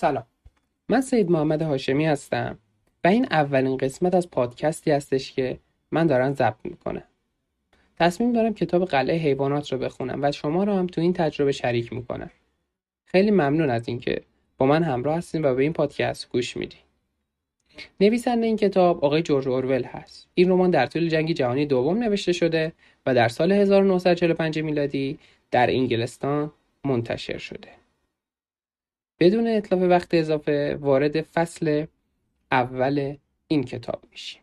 سلام، من سید محمد هاشمی هستم و این اولین قسمت از پادکستی هستش که من دارم ضبط میکنم. تصمیم دارم کتاب قلعه حیوانات رو بخونم و شما رو هم تو این تجربه شریک میکنم. خیلی ممنون از اینکه با من همراه هستین و به این پادکست گوش میدین. نویسنده این کتاب آقای جورج اورول هست. این رمان در طول جنگ جهانی دوم نوشته شده و در سال 1945 میلادی در انگلستان منتشر شده. بدون اتلاف وقت اضافه وارد فصل اول این کتاب میشیم.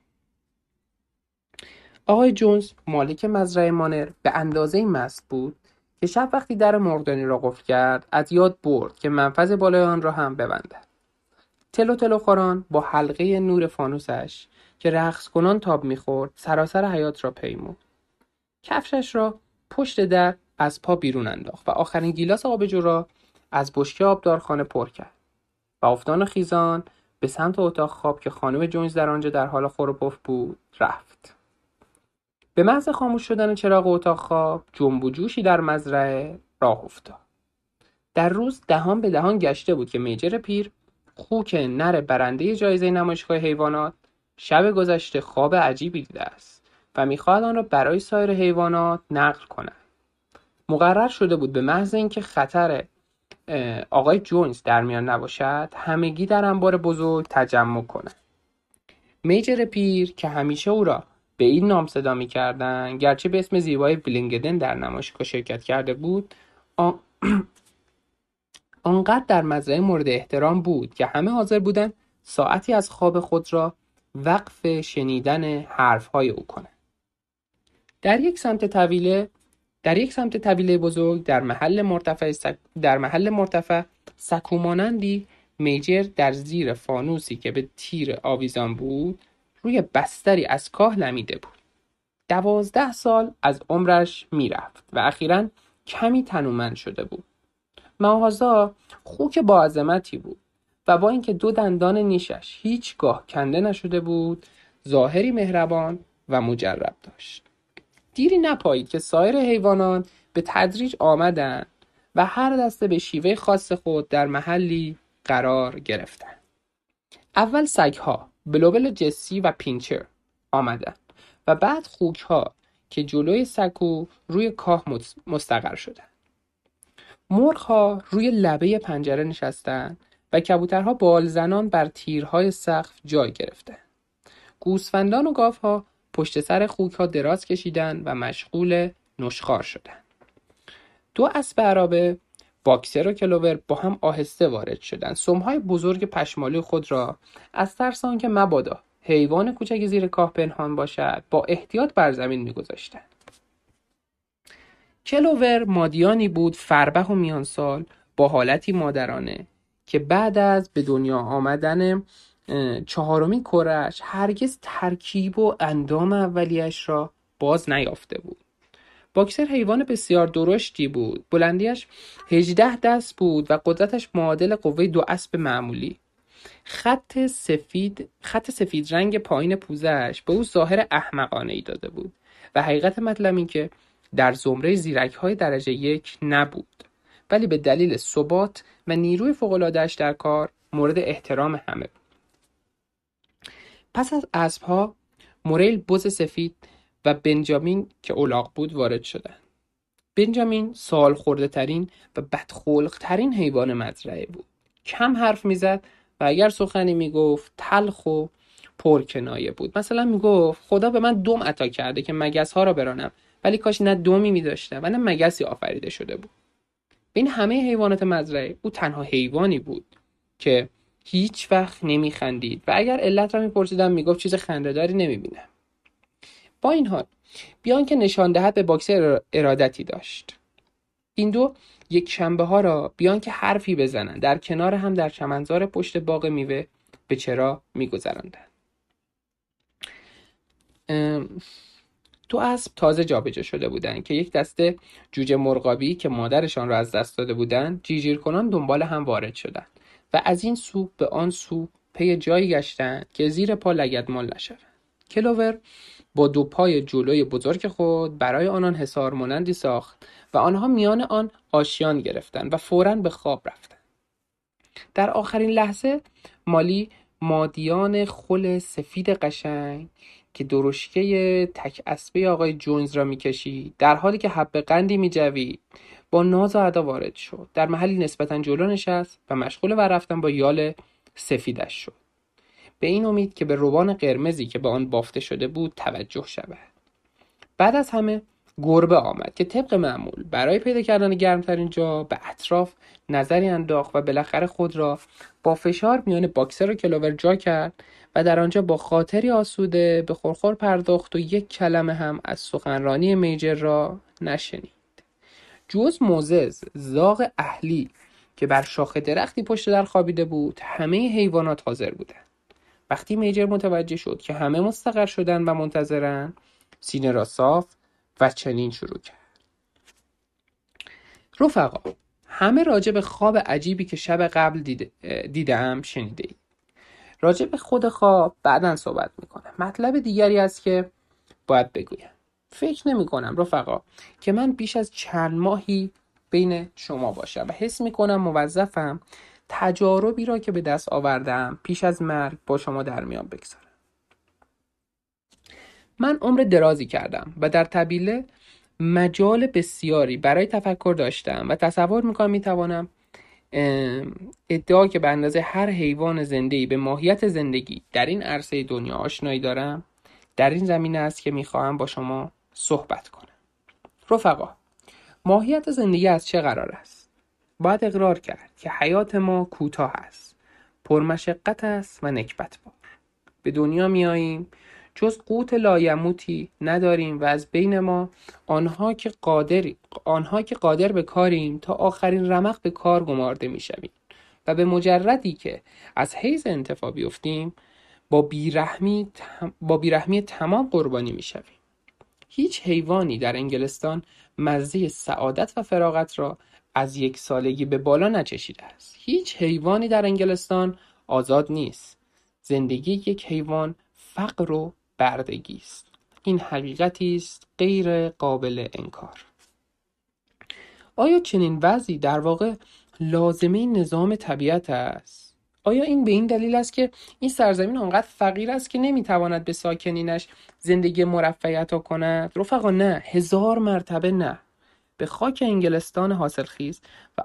آقای جونز مالک مزرعه مانر به اندازه‌ای مست بود که شب وقتی در مرغدانی را قفل کرد از یاد برد که منفذ بالای آن را هم ببندد. تلو تلو خوران با حلقه نور فانوسش که رقص کنان تاب می‌خورد سراسر حیاط را پیمود. کفشش را پشت در از پا بیرون انداخت و آخرین گیلاس آبجو را از بشکه آبدارخانه پر کرد و افتان و خیزان به سمت اتاق خواب که خانم جونز در آنجا در حال خور و پف بود رفت. به محض خاموش شدن چراغ اتاق خواب جنب و جوشی در مزرعه راه افتاد. در روز دهان به دهان گشته بود که میجر پیر، خوک نر برنده جایزه نمایشگاه حیوانات، شب گذشته خواب عجیبی دیده است و می‌خواهد آن را برای سایر حیوانات نقل کند. مقرر شده بود به محض اینکه خطر آقای جونز در میان نباشد همگی در انبار بزرگ تجمع کنند. میجر پیر که همیشه او را به این نام صدا می‌کردند، گرچه به اسم زیبای ویلینگدن در نمایشگاه شرکت کرده بود، آنقدر در مزرعه مورد احترام بود که همه حاضر بودند ساعتی از خواب خود را وقف شنیدن حرف‌های او کنند. در یک سمت طویله بزرگ در محل مرتفع سکومانندی میجر در زیر فانوسی که به تیر آویزان بود روی بستری از کاه لمیده بود. 12 سال از عمرش میرفت و اخیراً کمی تنومند شده بود. ماهازا خوک با عظمتی بود و با اینکه 2 دندان نیشش هیچگاه کنده نشده بود ظاهری مهربان و مجرب داشت. دیری نپایید که سایر حیوانات به تدریج آمدند و هر دسته به شیوه خاص خود در محلی قرار گرفتند. اول سگ‌ها بلوبل، جسی و پینچر آمدند و بعد خوک‌ها که جلوی سکو روی کاه مستقر شدند. مرغ‌ها روی لبه پنجره نشستند و کبوترها بالزنان بر تیرهای سقف جای گرفتند. گوسفندان و گاوها پشت سر خوک‌ها دراز کشیدند و مشغول نشخوار شدند. 2 اسب عرابه، باکسر و کلوور با هم آهسته وارد شدند. سمهای بزرگ پشمالوی خود را از ترس آنکه مبادا حیوان کوچکی زیر کاه پنهان باشد با احتیاط بر زمین می‌گذاشتند. کلوور مادیانی بود فربه و میانسال با حالتی مادرانه که بعد از به دنیا آمدن 4مین کره‌اش هرگز ترکیب و اندام اولیش را باز نیافته بود. باکسر حیوان بسیار درشتی بود. بلندیش 18 دست بود و قدرتش معادل قوه 2 اسب معمولی. خط سفید رنگ پایین پوزش به او ظاهر احمقانه ای داده بود و حقیقت مطلب این که در زمره زیرک‌های درجه 1 نبود، ولی به دلیل ثبات و نیروی فوق‌العاده‌اش در کار مورد احترام همه بود. پس از اسب‌ها موریل بز سفید و بنجامین که الاغ بود وارد شدند. بنجامین سال خورده ترین و بدخلق ترین حیوان مزرعه بود. کم حرف میزد و اگر سخنی میگفت تلخ و پرکنایه بود. مثلا میگفت خدا به من دم عطا کرده که مگس ها را برانم، ولی کاش نه دمی میداشتم و نه مگسی آفریده شده بود. بین همه حیوانات مزرعه او تنها حیوانی بود که هیچ وقت نمیخندید و اگر علت را میپرسیدم میگفت چیز خنده‌داری نمیبینم. با این حال بیان که نشان دهد به باکسر ارادتی داشت. این دو یک شنبه ها را بیان که حرفی بزنند در کنار هم در چمنزار پشت باغ میوه به چرا میگذراندند. 2 اسب تازه جابجا شده بودند که یک دسته جوجه مرغابی که مادرشان را از دست داده بودند جیرجیر کنان دنبال هم وارد شدند و از این سو به آن سو پی جایی گشتند که زیر پا لگدمال نشوند. کلوور با 2 پای جلوی بزرگ خود برای آنان حصار مانندی ساخت و آنها میان آن آشیان گرفتند و فوراً به خواب رفتند. در آخرین لحظه مالی مادیان خل سفید قشنگ که درشکه تک اسبه آقای جونز را میکشید، در حالی که حب قندی میجوید، با ناز و ادا وارد شد. در محلی نسبتاً جلو نشست و مشغول ورفتن با یال سفیدش شد، به این امید که به روبان قرمزی که به آن بافته شده بود توجه شود. بعد از همه گربه آمد که طبق معمول برای پیدا کردن گرمترین جا به اطراف نظری انداخت و بالاخره خود را با فشار میان باکسر و کلاور جا کرد و در آنجا با خاطری آسوده به خورخور پرداخت و یک کلمه هم از سخنرانی میجر را نشنید. جز موزز زاغ اهلی که بر شاخه درختی پشت در خوابیده بود، همه حیوانات حاضر بودند. وقتی میجر متوجه شد که همه مستقر شدن و منتظرن، سینه را صاف و چنین شروع کرد: رفقا، همه راجع به خواب عجیبی که شب قبل دیدم شنیده اید. راجع به خود خواب بعداً صحبت میکنم. مطلب دیگری است که باید بگویم. فکر نمی کنم رفقا که من بیش از چند ماهی بین شما باشم و حس میکنم موظفم تجاربی را که به دست آوردم پیش از مرگ با شما در میان بگذارم. من عمر درازی کردم و در طبیله مجال بسیاری برای تفکر داشتم و تصور میکنم میتوانم ادعا که به اندازه هر حیوان زنده‌ای به ماهیت زندگی در این عرصه دنیا آشنایی دارم، در این زمینه است که میخواهم با شما صحبت کنم. رفقا، ماهیت زندگی از چه قرار است؟ باید اقرار کرد که حیات ما کوتاه است، پرمشقت است و نکبت‌بار. به دنیا میاییم، جز قوت لایموتی نداریم و از بین ما آنها که قادر به کاریم تا آخرین رمق به کار گمارده میشویم و به مجردی که از حیز انتفاع بیفتیم با بیرحمی تمام قربانی میشویم. هیچ حیوانی در انگلستان مزه سعادت و فراغت را از 1 سالگی به بالا نچشیده است. هیچ حیوانی در انگلستان آزاد نیست. زندگی یک حیوان فقر و بردگی است. این حقیقتی است غیر قابل انکار. آیا چنین وضعی در واقع لازمه نظام طبیعت است؟ آیا این به این دلیل است که این سرزمین آنقدر فقیر است که نمیتواند به ساکنینش زندگی مرفه‌عطا کند؟ رفقا نه، 1000 مرتبه نه. به خاک انگلستان حاصلخیز و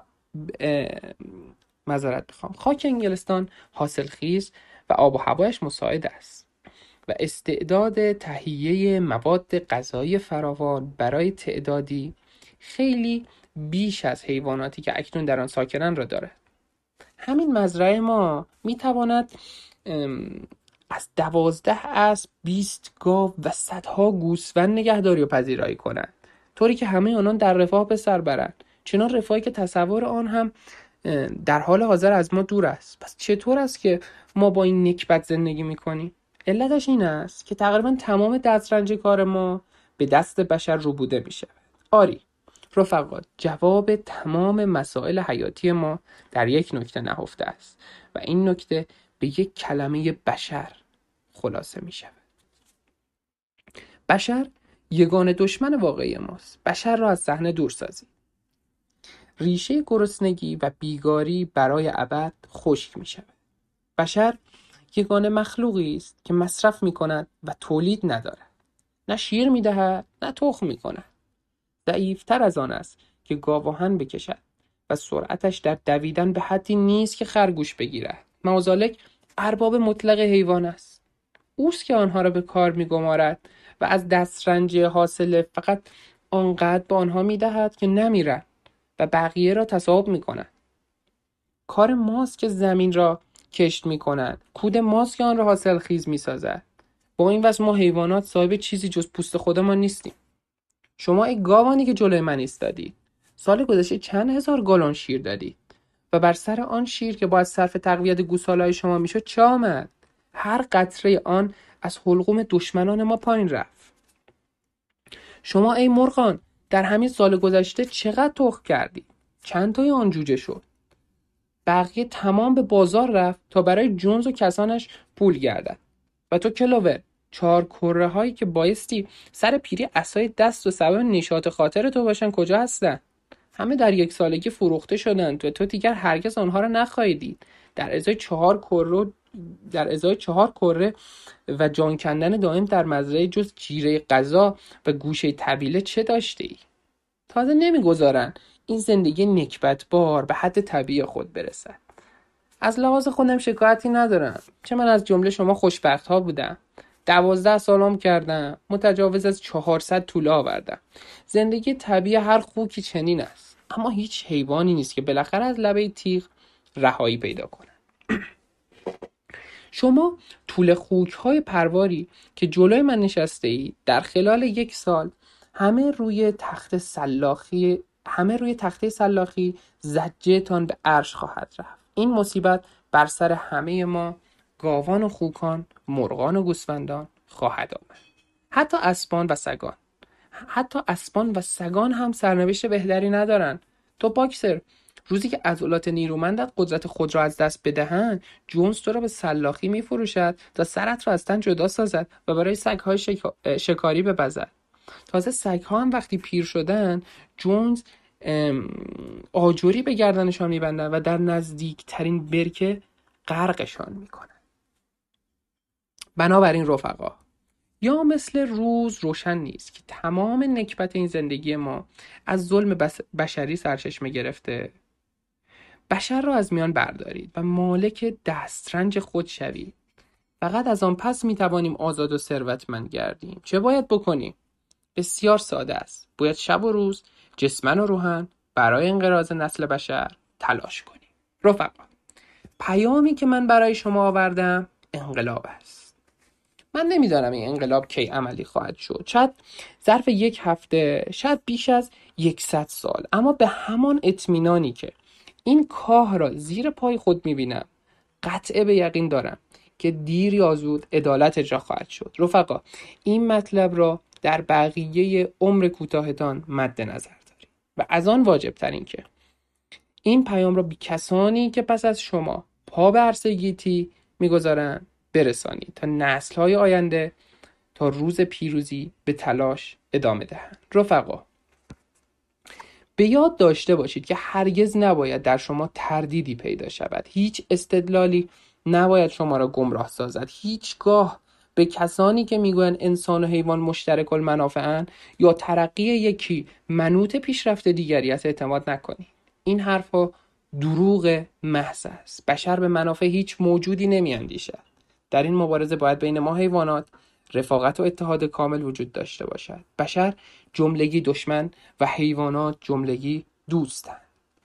خاک انگلستان حاصلخیز و آب و هوایش مساعد است و استعداد تهیه مواد غذایی فراوان برای تعدادی خیلی بیش از حیواناتی که اکنون در آن ساکنند را دارد. همین مزرعه ما میتواند از 12 اسب، 20 گاو و صدها گوسفند نگهداری و پذیرایی کند، طوری که همه آنان در رفاه به سر برند، چنان رفاهی که تصور آن هم در حال حاضر از ما دور است. پس چطور است که ما با این نکبت زندگی میکنیم؟ علتش این است که تقریبا تمام دسترنج کار ما به دست بشر ربوده میشه. آری رفقا، جواب تمام مسائل حیاتی ما در یک نکته نهفته است و این نکته به یک کلمه بشر خلاصه می شود. بشر یگانه دشمن واقعی ماست. بشر را از صحنه دور سازید. ریشه گرسنگی و بیگاری برای ابد خشک می شود. بشر یگانه مخلوقی است که مصرف می کند و تولید ندارد. نه شیر می دهد نه تخم می کند. ضعیفتر از آن است که گاوآهن بکشد و سرعتش در دویدن به حدی نیست که خرگوش بگیرد. معاذالک ارباب مطلق حیوان است. اوست که آنها را به کار می‌گمارد و از دسترنج حاصل فقط آنقدر به آنها می‌دهد که نمیرد و بقیه را تصاحب می‌کند. کار ماست که زمین را کشت می‌کند. کود ماست که آن را حاصل خیز می‌سازد. با این وضع ما حیوانات صاحب چیزی جز پوست خودمان نیستیم. شما ای گاوانی که جلوی من ایستادید، سال گذشته چند هزار گالن شیر دادید و بر سر آن شیر که باید صرف تقویت گوساله‌های شما میشد چه آمد؟ هر قطره آن از حلقوم دشمنان ما پایین رفت. شما ای مرغان در همین سال گذشته چقدر تخم کردید؟ چند تای آن جوجه شد؟ بقیه تمام به بازار رفت تا برای جونز و کسانش پول گردد. و تو کلاور، 4 کره هایی که بایستی سر پیری عصای دست و سبب نشاط خاطر تو باشن کجا هستن؟ همه در 1 سالگی فروخته شدند و تو دیگر هرگز آنها را نخواهی دید. در ازای 4 کره و جان کندن دائم در مزرعه جز جیره غذا و گوشه طویله چه داشته ای؟ تازه نمیگذارن این زندگی نکبتبار به حد طبیعی خود برسد. از لحاظ خودم شکایتی ندارم، چه من از جمله شما خوشبخت ها بودم. 12 سالم کردم، متجاوز از 400 توله آوردم. زندگی طبیعی هر خوکی چنین است، اما هیچ حیوانی نیست که بالاخره از لبه تیغ رهایی پیدا کنه. شما توله خوک های پرواری که جلوی من نشسته اید در خلال 1 سال همه روی تخته سلاخی زجهتان به عرش خواهد رفت. این مصیبت بر سر همه ما گاوان و خوکان، مرغان و گوسفندان خواهد آمد. حتی اسبان و سگان هم سرنوشت بهتری ندارن. تو باکسر، روزی که عضلات نیرومندت قدرت خود را از دست بدهند، جونز تو را به سلاخی می‌فروشد تا سرت را از تن جدا سازد و برای سگ‌های شکاری بپزد. تازه سگ‌ها هم وقتی پیر شدن، جونز آجوری به گردنشان می‌بندند و در نزدیکترین برکه غرقشان می‌کنند. بنابراین رفقا، یا مثل روز روشن نیست که تمام نکبت این زندگی ما از ظلم بشری سرچشمه گرفته، بشر را از میان بردارید و مالک دسترنج خود شوید. فقط از آن پس میتوانیم آزاد و ثروتمند گردیم. چه باید بکنیم؟ بسیار ساده است. باید شب و روز جسمن و روحن برای انقراض نسل بشر تلاش کنیم. رفقا، پیامی که من برای شما آوردم انقلاب است. من نمیدانم این انقلاب کی عملی خواهد شد. شاید ظرف 1 هفته، شاید بیش از 100 سال، اما به همان اطمینانی که این کاه را زیر پای خود میبینم، قطعه به یقین دارم که دیر یا زود عدالت اجرا خواهد شد. رفقا، این مطلب را در بقیه عمر کوتاهتان مد نظر دارید و از آن واجب ترین که این پیام را به کسانی که پس از شما پا به عرصه گیتی میگذارند برسانید تا نسل‌های آینده تا روز پیروزی به تلاش ادامه دهند. رفقا، به یاد داشته باشید که هرگز نباید در شما تردیدی پیدا شود. هیچ استدلالی نباید شما را گمراه سازد. هیچگاه به کسانی که میگویند انسان و حیوان مشترک المنافعند یا ترقی یکی منوط پیشرفت دیگری اعتماد نکنید. این حرفا دروغ محض است. بشر به منافع هیچ موجودی نمیاندیشد. در این مبارزه باید بین ما حیوانات رفاقت و اتحاد کامل وجود داشته باشد. بشر جملگی دشمن و حیوانات جملگی دوستند.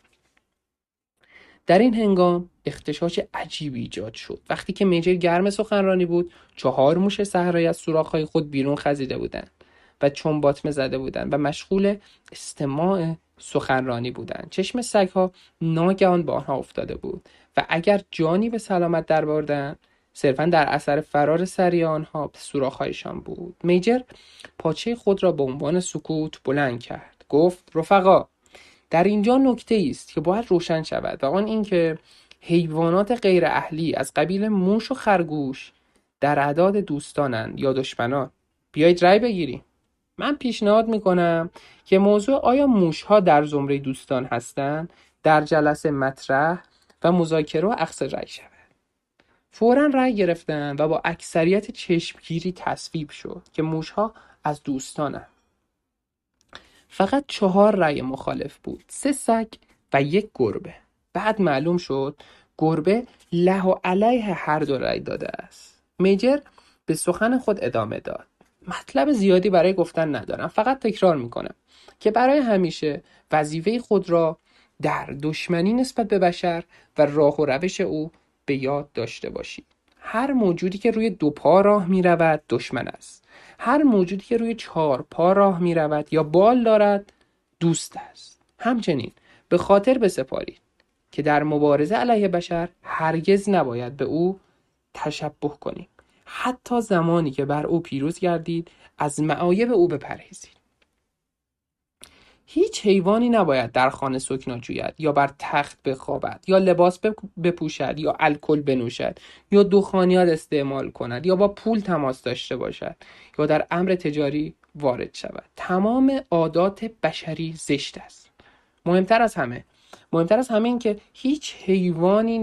در این هنگام اختشاش عجیبی ایجاد شد. وقتی که میجر گرم سخنرانی بود، 4 موش صحرایی از سوراخ‌های خود بیرون خزیده بودند و چنباتمه زده بودند و مشغول استماع سخنرانی بودند. چشم سگ‌ها ناگهان به آنها افتاده بود و اگر جانی به سلامت دربردند، صرفاً در اثر فرار سریع آنها به سوراخ‌هایشان بود. میجر پاچه خود را به عنوان سکوت بلند کرد. گفت: رفقا، در اینجا نکته است که باید روشن شود و آن این که حیوانات غیر اهلی از قبیل موش و خرگوش در اعداد دوستانند یا دشمنان. بیایید رأی بگیریم. من پیشنهاد میکنم که موضوع آیا موشها در زمره دوستان هستند در جلسه مطرح و مذاکره و اخذ رأی شود. فوراً رأی گرفتن و با اکثریت چشمگیری تصویب شد که موشها از دوستانند. فقط 4 رأی مخالف بود: 3 سگ و 1 گربه. بعد معلوم شد گربه له و علیه هر 2 رأی داده است. میجر به سخن خود ادامه داد: مطلب زیادی برای گفتن ندارم، فقط تکرار میکنم که برای همیشه وظیفه خود را در دشمنی نسبت به بشر و راه و روش او به یاد داشته باشید. هر موجودی که روی 2 پا راه می رود دشمن است. هر موجودی که روی 4 پا راه می رود یا بال دارد دوست است. همچنین به خاطر بسپارید که در مبارزه علیه بشر هرگز نباید به او تشبه کنید. حتی زمانی که بر او پیروز گردید از معایب او بپرهیزید. هیچ حیوانی نباید در خانه سکنا جوید یا بر تخت بخوابد یا لباس بپوشد یا الکل بنوشد یا دخانیات استعمال کند یا با پول تماس داشته باشد یا در امر تجاری وارد شود. تمام عادات بشری زشت است. مهمتر از همه این که هیچ حیوانی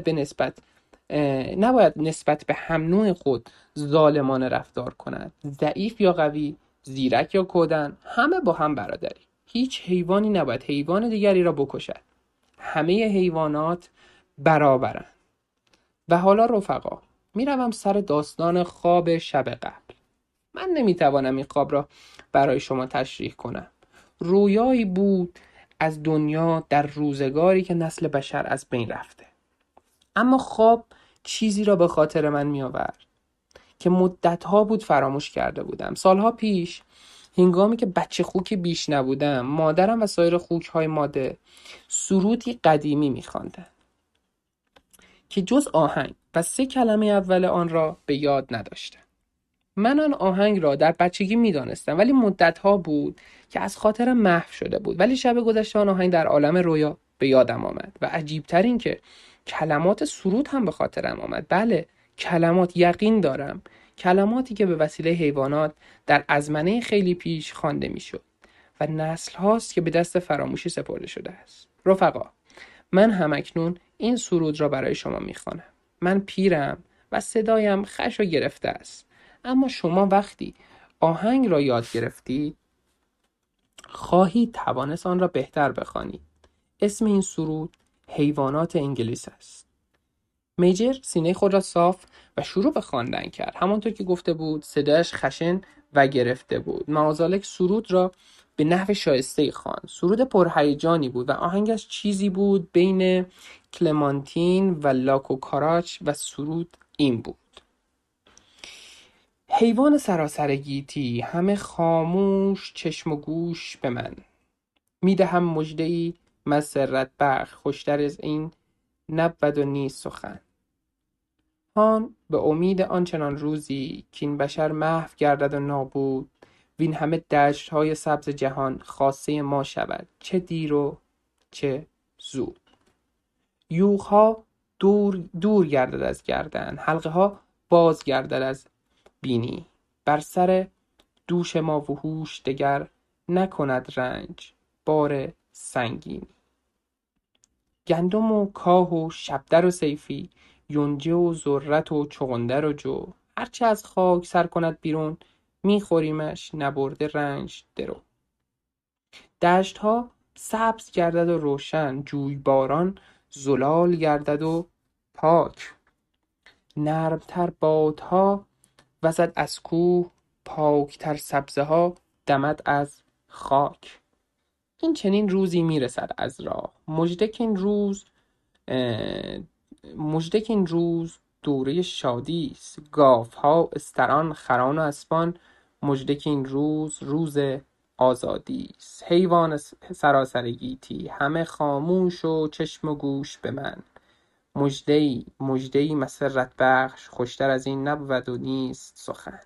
نباید نسبت به هم نوع خود ظالمانه رفتار کند. ضعیف یا قوی، زیرک یا کودن، همه با هم برادری. هیچ حیوانی نباید حیوان دیگری را بکشد. همه حیوانات برابرند. و حالا رفقا، میروم سر داستان خواب شب قبل. من نمیتوانم این خواب را برای شما تشریح کنم. رویایی بود از دنیا در روزگاری که نسل بشر از بین رفته. اما خواب چیزی را به خاطر من می آورد که مدتها بود فراموش کرده بودم. سالها پیش هنگامی که بچه خوکی بیش نبودم، مادرم و سایر خوک‌های ماده سرودی قدیمی می خواندند که جز آهنگ و 3 کلمه اول آن را به یاد نداشتم. من آن آهنگ را در بچگی می دانستم، ولی مدتها بود که از خاطرم محو شده بود. ولی شب گذشته آن آهنگ در عالم رویا به یادم آمد و عجیبتر این که کلمات سرود هم به خاطرم آمد. بله، کلمات، یقین دارم کلماتی که به وسیله حیوانات در ازمنه خیلی پیش خوانده میشد و نسل هاست که به دست فراموشی سپرده شده است. رفقا، من همکنون این سرود را برای شما میخوانم. من پیرم و صدایم خش و گرفته است، اما شما وقتی آهنگ را یاد گرفتید خواهید توانست آن را بهتر بخوانید. اسم این سرود حیوانات انگلیس است. میجر سینه خود را صاف و شروع به خواندن کرد. همانطور که گفته بود صدایش خشن و گرفته بود. معاذالک سرود را به نحو شایسته خواند. سرود پرهیجانی بود و آهنگش چیزی بود بین کلمانتین و لاکو کاراچ و سرود این بود: حیوان سراسر گیتی، همه خاموش چشم و گوش به من. میدهم مژده‌ای مسرت بخش، خوشتر از این نبود و نیست سخن. هان به امید آنچنان روزی که این بشر محو گردد و نابود، وین همه دشت‌های سبز جهان خاصه ما شود، چه دیر و چه زود. یوغ‌ها دور گردد از گردن، حلقه ها باز گردد از بینی. بر سر دوش ما وحوش دگر نکند رنج بار سنگینی. گندم و کاه و شبدر و صیفی، یونجه و ذرت و چغندر و جو، هرچه از خاک سر کند بیرون، میخوریمش نبرده رنج درو. دشت ها سبز گردد و روشن، جویباران زلال گردد و پاک. نرمتر بادها وزد از کوه، پاکتر سبزه ها دمد از خاک. این چنین روزی میرسد از راه، مژده که این روز دوره شادی است. گاوها، استران، خران و اسبان، مژده که این روز آزادی است. حیوان سراسر گیتی، همه خاموش و چشم و گوش به من. مژده‌ای مسرت بخش، خوشتر از این نبود و نیست سخن.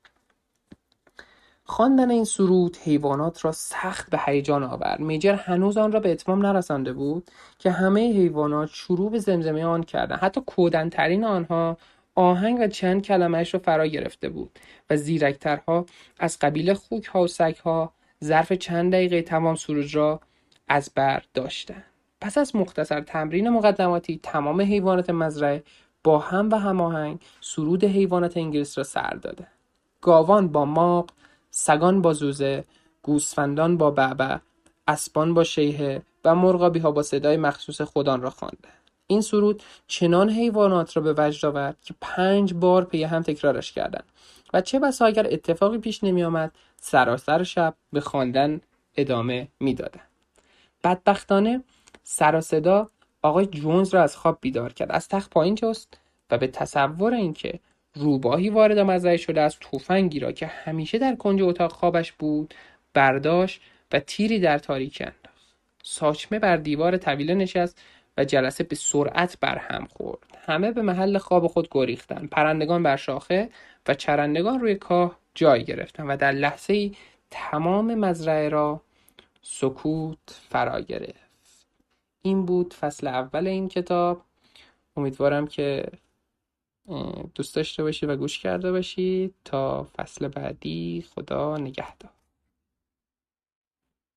خواندن این سرود حیوانات را سخت به هیجان آورد. میجر هنوز آن را به اتمام نرسانده بود که همه حیوانات شروع به زمزمه آن کردند. حتی کودن‌ترین آنها آهنگ و چند کلمه‌اش را فرا گرفته بود و زیرکترها از قبیل خوک‌ها و سگ‌ها ظرف چند دقیقه تمام سرود را از بر داشتند. پس از مختصر تمرین مقدماتی، تمام حیوانات مزرعه با هم و هماهنگ سرود حیوانات انگلیس را سر دادند. گاوان با ماق، سگان با زوزه، گوسفندان با بعبع، اسبان با شیهه و مرغابی‌ها با صدای مخصوص خودان را خواندند. این سرود چنان حیوانات را به وجد آورد که 5 بار پی هم تکرارش کردند و چه بسا اگر اتفاقی پیش نمی آمد سراسر شب به خواندن ادامه می دادند. بدبختانه سر و صدا آقای جونز را از خواب بیدار کرد. از تخت پایین جست و به تصور اینکه روباهی وارد مزرعه شده از تفنگی را که همیشه در کنج اتاق خوابش بود برداشت و تیری در تاریکی انداخت. ساچمه بر دیوار طویله نشست و جلسه به سرعت برهم خورد. همه به محل خواب خود گریختند. پرندگان بر شاخه و چرندگان روی کاه جای گرفتند و در لحظه‌ای تمام مزرعه را سکوت فرا گرفت. این بود فصل اول این کتاب. امیدوارم که دوست داشته باشید و گوش کرده باشید. تا فصل بعدی، خدا نگهدار.